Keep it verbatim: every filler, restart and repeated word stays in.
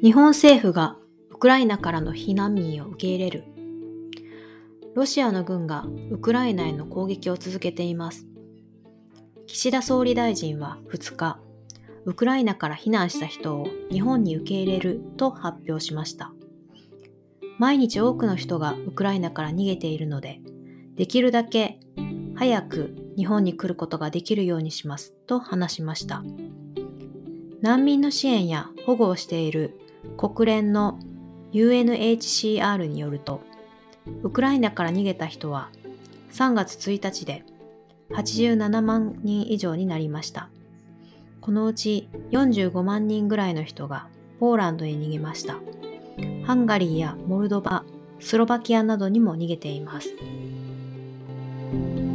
日本政府がウクライナからの避難民を受け入れる。ロシアの軍がウクライナへの攻撃を続けています。岸田総理大臣はふつか、ウクライナから避難した人を日本に受け入れると発表しました。毎日多くの人がウクライナから逃げているので、できるだけ早く日本に来ることができるようにしますと話しました。難民の支援や保護をしている国連の ユーエヌエイチシーアール によると、ウクライナから逃げた人はさんがつついたちではちじゅうななまんにん以上になりました。このうちよんじゅうごまんにんぐらいの人がポーランドへ逃げました。ハンガリーやモルドバ、スロバキアなどにも逃げています。